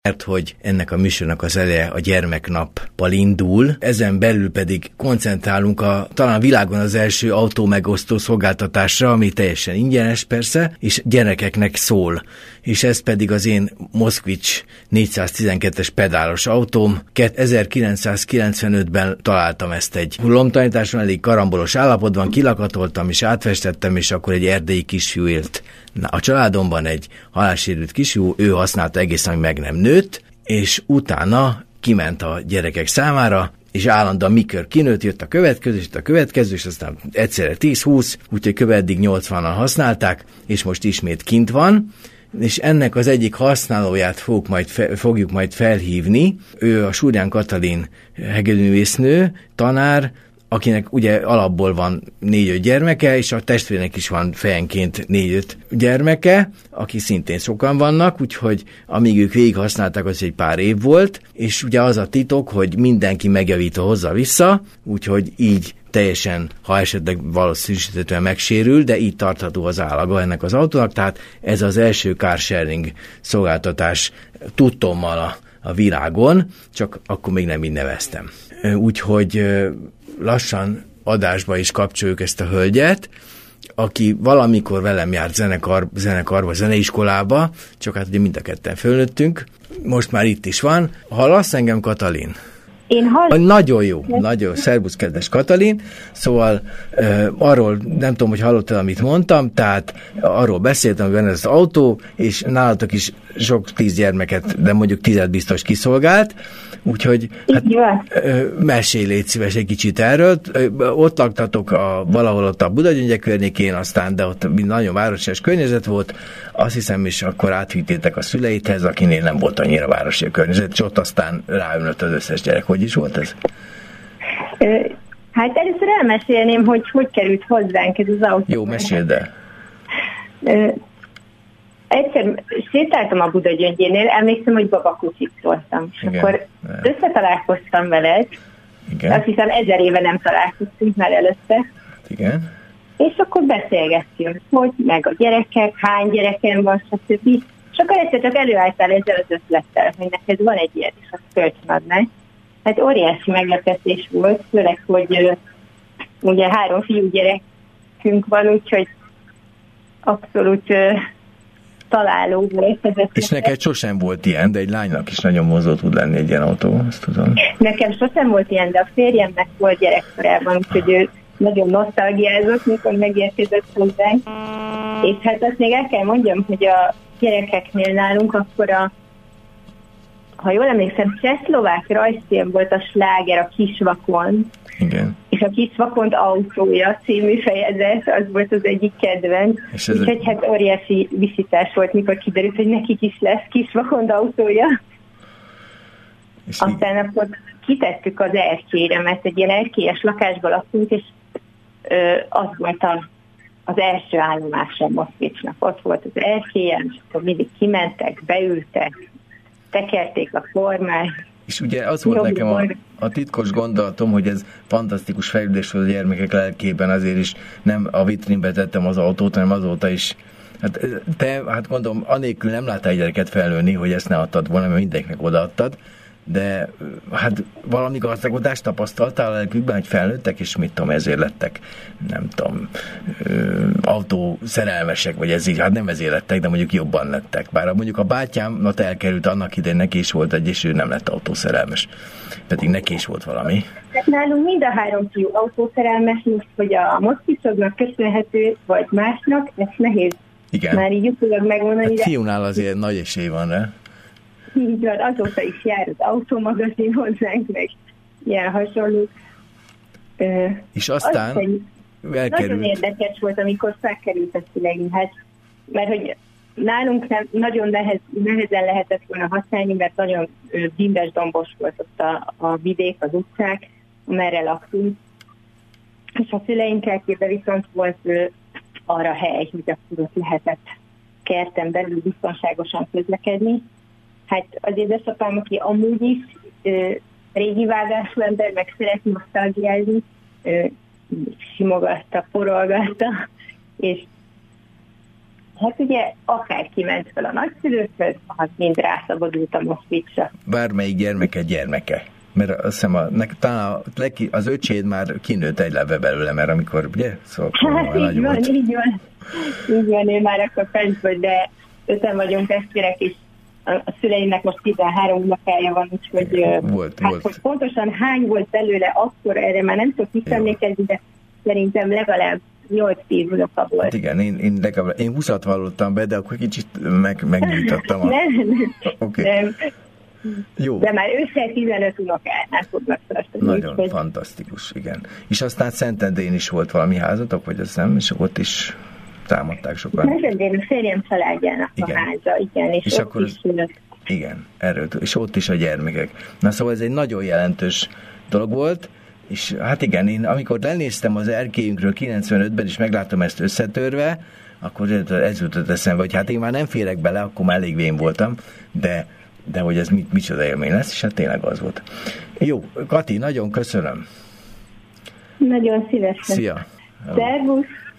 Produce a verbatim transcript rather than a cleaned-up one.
mert hogy ennek a műsornak az eleje a gyermeknappal indul, ezen belül pedig koncentrálunk a talán világon az első autómegosztó szolgáltatásra, ami teljesen ingyenes persze, és gyerekeknek szól. És ez pedig az én Moszkvics négyszáztizenkettes pedálos autóm. ezerkilencszázkilencvenötben találtam ezt egy hullomtanításon, elég karambolos állapotban, kilakatoltam és átfestettem, és akkor egy erdélyi kisfiú élt a családomban, egy halássérült kisfiú, ő használta egészen, amíg meg nem nőtt, és utána kiment a gyerekek számára, és állandóan mikor kinőtt, jött a következő, és a következő, és aztán egyszerre tíz-húsz, úgyhogy kb. Eddig nyolcvanan használták, és most ismét kint van, és ennek az egyik használóját fogjuk majd, fe, fogjuk majd felhívni. Ő a Súrján Katalin hegedűművésznő, tanár, akinek ugye alapból van négy-öt gyermeke, és a testvének is van fejenként négy-öt gyermeke, aki szintén sokan vannak, úgyhogy amíg ők végig használták, az egy pár év volt, és ugye az a titok, hogy mindenki megjavítva hozza vissza, úgyhogy így teljesen, ha esetleg valószínűsítetően megsérül, de így tartható az állaga ennek az autónak, tehát ez az első carsharing szolgáltatás tudtommal a, a világon, csak akkor még nem így neveztem. Úgyhogy lassan adásba is kapcsoljuk ezt a hölgyet, aki valamikor velem járt zenekar, zenekarba, zeneiskolába, csak hát ugye mind a ketten fölnőttünk, most már itt is van. Hallasz engem, Katalin? Én hallom. Nagyon jó, nagyon. Szerbusz, kedves Katalin. Szóval uh, arról nem tudom, hogy hallottál, amit mondtam, tehát arról beszéltem, hogy van ez az autó, és nálatok is sok tíz gyermeket, de mondjuk tized biztos kiszolgált, úgyhogy hát, uh, mesélj, légy szíves egy kicsit erről. Uh, ott laktatok a, valahol ott a Budagyöngye környékén, aztán, de ott nagyon városias környezet volt, azt hiszem, és akkor átvittétek a szüleithez, akinél nem volt annyira városi a környezet, és ott aztán ráülnött az összes gyerek. Hogy is volt ez? Hát először elmesélném, hogy hogy került hozzánk ez az autó. Jó, meséld el. Egyszer sétáltam a Budagyöngyénél, emlékszem, hogy babakucsit szóltam, és igen, akkor összetalálkoztam veled. Igen. Azt hiszem ezer éve nem találkoztunk már előtte. Igen. És akkor beszélgettünk, hogy meg a gyerekek, hány gyerekem van, stb. És akkor egyszer csak előálltál ezzel az ötlettel, hogy neked van egy ilyen, és azt kölcsönadnál. Hát óriási meglepetés volt, főleg, hogy uh, ugye három fiú gyerekünk van, úgyhogy abszolút uh, találó volt. És neked sosem volt ilyen, de egy lánynak is nagyon mozó tud lenni egy ilyen autó, azt tudom. Nekem sosem volt ilyen, de a férjemnek volt gyerekkorában, úgyhogy ő nagyon nosztalgiázott, mikor megérkezett hozzánk. És hát azt még el kell mondjam, hogy a gyerekeknél nálunk akkor a, ha jól emlékszem, csehszlovák rajzfilm volt a sláger, a Kisvakond. Igen. És a Kisvakond autója című fejezet, az volt az egyik kedvenc. Úgyhogy egy... hát óriási visítás volt, mikor kiderült, hogy nekik is lesz Kisvakond autója. És aztán így... akkor kitettük az erkélyre, mert egy ilyen erkélyes lakásban laktunk, és ö, az volt a, az első állomása Moszkvicsnak. Ott volt az erkélyen, és akkor mindig kimentek, beültek, tekerték a formát. És ugye az volt nekem a, a titkos gondolatom, hogy ez fantasztikus fejlődés volt a gyermekek lelkében, azért is nem a vitrínbe tettem az autót, hanem azóta is. Hát te, hát gondolom, anélkül nem láttál egy gyereket felnőni, hogy ezt ne adtad volna, mert mindenkinek odaadtad, de hát valami gazdagodást tapasztaltál a lelkükben, hogy felnőttek, és mit tudom, ezért lettek, nem tudom, autószerelmesek, vagy ez így, hát nem ezért lettek, de mondjuk jobban lettek. Bár mondjuk a bátyámnak elkerült annak idején, neki is volt egy, és ő nem lett autószerelmes. Pedig neki is volt valami. Hát nálunk mind a három fiú autószerelmes, most, hogy a Moszkvicsoknak köszönhető, vagy másnak, ez nehéz. Igen. Már így utólag megmondani. Hát fiúnál azért nagy esély van rá. Így van, azóta is jár az autómagazin hozzánk, meg ilyen hasonló. És aztán elkerült. Nagyon érdekes volt, amikor felkerült a szüleim, hát, mert hogy nálunk nem, nagyon nehez, nehezen lehetett volna használni, mert nagyon bimbles dombos volt ott a, a vidék, az utcák, amerre laktunk. És a szüleim kertjében viszont volt arra hely, hogy akkor ott lehetett kerten belül biztonságosan közlekedni. Hát az édesapám, aki amúgy is ö, régi vágású ember, meg szeret nosztalgiázni, simogatta, porolgatta, és Hát ugye akár kiment fel a nagyszülőkhöz, hát mind rászabadult a moszkvicsa. Bármelyik gyermeke gyermeke. Mert azt hiszem, a, nek, talán a, az öcséd már kinőtt egy leve belőle, mert amikor, ugye? Szóval hát így van, volt. így van. Így van, én már akkor fent vagy, de öten vagyunk testvérek, és a szüleimnek most tizenhárom unokája van, úgyhogy volt, hát, volt. hogy pontosan hány volt belőle, akkor erre már nem tudok visszaemlékezni, de szerintem legalább nyolc-tíz unoka volt. Hát igen, én, én, legalább, én húszat vallottam be, de akkor kicsit meg, megnyújtottam. A... nem, nem, okay. nem. Jó. De már össze tizenöt unokánál fognak tartani. Nagyon hogy... fantasztikus, igen. És aztán Szentendrén is volt valami házatok, vagy azt nem, és ott is támadták sokan. Szentendrén a férjem családjának igen. a háza, igen, és, és ott akkor is az... igen, erről, és ott is a gyermekek. Na szóval ez egy nagyon jelentős dolog volt, és hát igen, én amikor lenéztem az erkélyünkről kilencvenötben, és megláttam ezt összetörve, akkor ez jutott eszembe, hogy hát én már nem férek bele, akkor már elég vén voltam, de, de hogy ez mit, micsoda élmény lesz, és hát tényleg az volt. Jó, Kati, nagyon köszönöm. Nagyon szívesen. Szia. Szervusz.